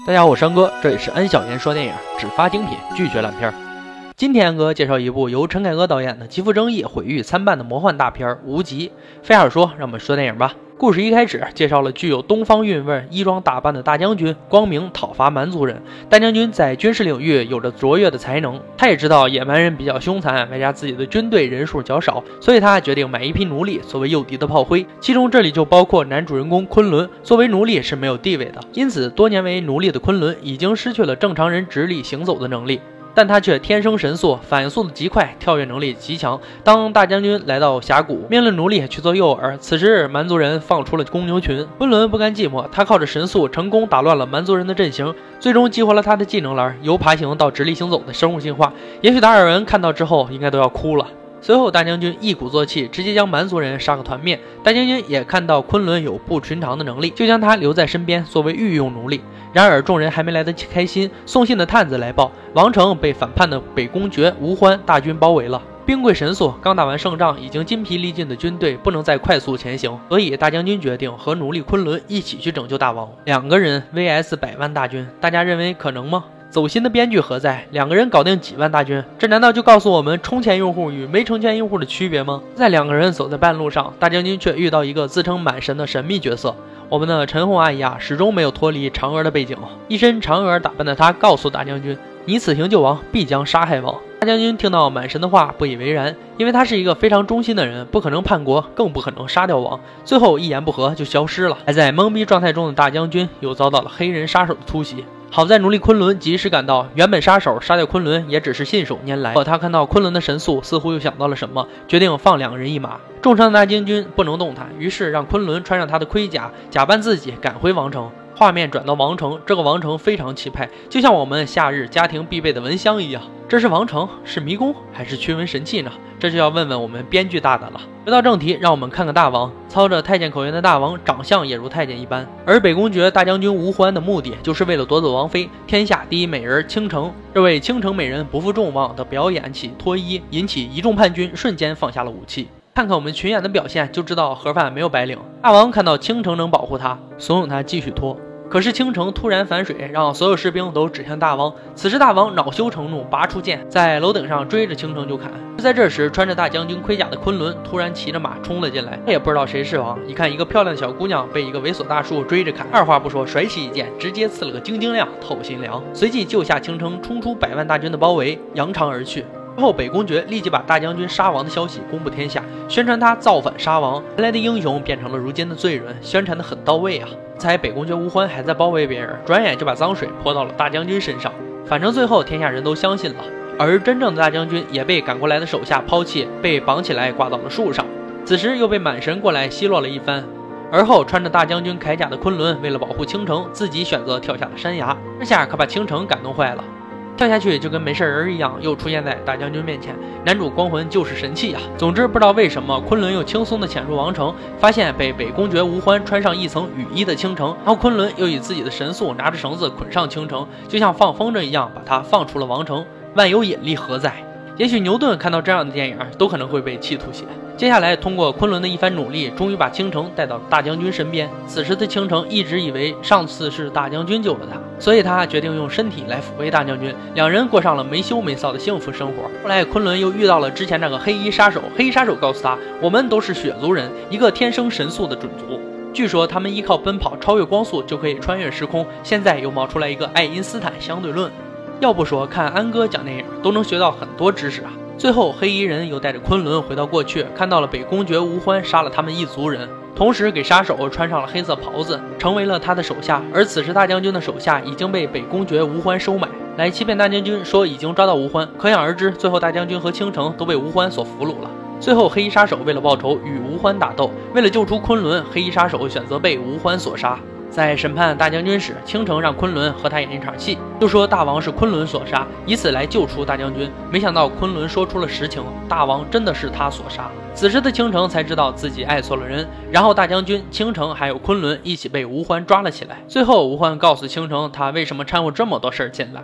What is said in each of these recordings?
大家好，我是安哥，这里是安小言说电影，只发精品，拒绝烂片。今天安哥介绍一部由陈凯歌导演的极富争议、毁誉参半的魔幻大片《无极》。废话少说，让我们说电影吧。故事一开始介绍了具有东方韵味、衣装打扮的大将军光明讨伐蛮族人。大将军在军事领域有着卓越的才能，他也知道野蛮人比较凶残，外加自己的军队人数较少，所以他决定买一批奴隶作为诱敌的炮灰。其中这里就包括男主人公昆仑，作为奴隶是没有地位的，因此多年为奴隶的昆仑已经失去了正常人直立行走的能力。但他却天生神速，反应速度极快，跳跃能力极强。当大将军来到峡谷，命令奴隶去做诱饵，此时蛮族人放出了公牛群。昆仑不甘寂寞，他靠着神速成功打乱了蛮族人的阵型，最终激活了他的技能栏，由爬行到直立行走的生物进化。也许达尔文看到之后应该都要哭了。随后大将军一鼓作气，直接将蛮族人杀个团灭。大将军也看到昆仑有不寻常的能力，就将他留在身边作为御用奴隶。然而众人还没来得及开心，送信的探子来报，王城被反叛的北公爵吴欢大军包围了。兵贵神速，刚打完胜仗，已经筋疲力尽的军队不能再快速前行，所以大将军决定和奴隶昆仑一起去拯救大王。2个人 vs 100万大军，大家认为可能吗？走心的编剧何在？2个人搞定几万大军，这难道就告诉我们充钱用户与没充钱用户的区别吗？在2个人走在半路上，大将军却遇到一个自称满神的神秘角色。我们的陈红阿姨始终没有脱离嫦娥的背景，一身嫦娥打扮的她告诉大将军，你此行救王必将杀害王。大将军听到满神的话不以为然，因为他是一个非常忠心的人，不可能叛国，更不可能杀掉王。最后一言不合就消失了。还在懵逼状态中的大将军又遭到了黑人杀手的突袭，好在奴隶昆仑及时赶到，原本杀手杀掉昆仑也只是信手拈来。他看到昆仑的神速，似乎又想到了什么，决定放2人一马。重伤的大将军不能动弹，于是让昆仑穿上他的盔甲，假扮自己赶回王城。画面转到王城，这个王城非常气派，就像我们夏日家庭必备的蚊香一样。这是王城，是迷宫，还是驱蚊神器呢？这就要问问我们编剧大大了。回到正题，让我们看看大王。操着太监口音的大王，长相也如太监一般，而北公爵大将军吴欢的目的就是为了夺走王妃，天下第一美人倾城。这位倾城美人不负众望的表演起脱衣，引起一众叛军瞬间放下了武器。看看我们群演的表现，就知道盒饭没有白领。大王看到倾城能保护他，怂恿他继续拖。可是倾城突然反水，让所有士兵都指向大王。此时大王恼羞成怒，拔出剑，在楼顶上追着倾城就砍。就在这时，穿着大将军盔甲的昆仑突然骑着马冲了进来，他也不知道谁是王。一看一个漂亮的小姑娘被一个猥琐大叔追着砍，二话不说，甩起一剑，直接刺了个晶晶亮，透心凉。随即救下倾城，冲出100万大军的包围，扬长而去。之后北公爵立即把大将军杀王的消息公布天下，宣传他造反杀王，原来的英雄变成了如今的罪人，宣传的很到位啊。才北公爵吴欢还在包围别人，转眼就把脏水泼到了大将军身上。反正最后天下人都相信了，而真正的大将军也被赶过来的手下抛弃，被绑起来挂到了树上。此时又被满神过来奚落了一番。而后穿着大将军铠甲的昆仑为了保护倾城，自己选择跳下了山崖，这下可把倾城感动坏了。跳下去就跟没事人一样，又出现在大将军面前。男主光环就是神器啊！总之不知道为什么昆仑又轻松地潜入王城，发现被北公爵吴欢穿上一层雨衣的倾城，然后昆仑又以自己的神速拿着绳子捆上倾城，就像放风筝一样把他放出了王城。万有引力何在？也许牛顿看到这样的电影都可能会被气吐血。接下来通过昆仑的一番努力，终于把倾城带到大将军身边。此时的倾城一直以为上次是大将军救了他，所以他决定用身体来抚慰大将军。2人过上了没羞没臊的幸福生活。后来昆仑又遇到了之前那个黑衣杀手，黑衣杀手告诉他，我们都是血族人，一个天生神速的准族。据说他们依靠奔跑超越光速就可以穿越时空。现在又冒出来一个爱因斯坦相对论，要不说看安哥讲电影都能学到很多知识啊。最后黑衣人又带着昆仑回到过去，看到了北公爵吴欢杀了他们一族人，同时给杀手穿上了黑色袍子，成为了他的手下。而此时大将军的手下已经被北公爵吴欢收买，来欺骗大将军说已经抓到吴欢。可想而知，最后大将军和倾城都被吴欢所俘虏了。最后黑衣杀手为了报仇与吴欢打斗，为了救出昆仑，黑衣杀手选择被吴欢所杀。在审判大将军时，倾城让昆仑和他演一场戏，就说大王是昆仑所杀，以此来救出大将军。没想到昆仑说出了实情，大王真的是他所杀。此时的倾城才知道自己爱错了人，然后大将军、倾城还有昆仑一起被吴欢抓了起来。最后吴欢告诉倾城他为什么掺和这么多事儿进来，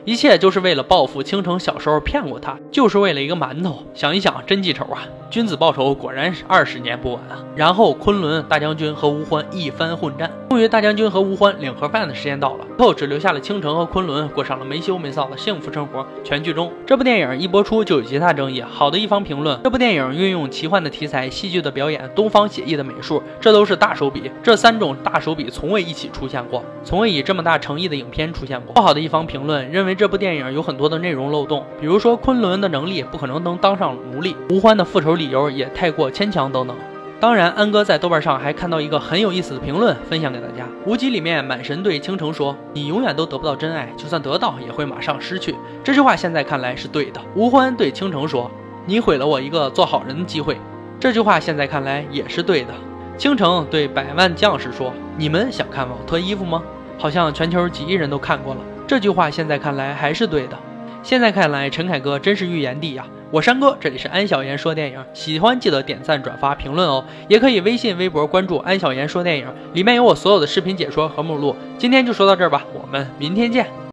一切就是为了报复倾城小时候骗过他，就是为了一个馒头。想一想真记仇啊！君子报仇果然是20年不晚啊。然后昆仑、大将军和吴欢一番混战，终于大将军和吴欢领盒饭的时间到了，最后只留下了倾城和昆仑过上了没羞没臊的幸福生活。全剧终，这部电影一播出就有极大争议。好的一方评论，这部电影运用奇幻的题材、戏剧的表演、东方写意的美术，这都是大手笔。这3种大手笔从未一起出现过，从未以这么大诚意的影片出现过。不好的一方评论认为这部电影有很多的内容漏洞，比如说昆仑的能力不可能能当上奴隶，吴欢的复仇理由也太过牵强等等。当然，安哥在豆瓣上还看到一个很有意思的评论，分享给大家。无极里面满神对倾城说：“你永远都得不到真爱，就算得到也会马上失去。”这句话现在看来是对的。吴欢对倾城说：“你毁了我一个做好人的机会。”这句话现在看来也是对的。倾城对百万将士说：“你们想看我脱衣服吗？”好像全球几亿人都看过了。这句话现在看来还是对的。现在看来，陈凯歌真是预言帝呀！我山哥，这里是安小言说电影，喜欢记得点赞、转发、评论哦，也可以微信、微博关注安小言说电影，里面有我所有的视频解说和目录。今天就说到这儿吧，我们明天见。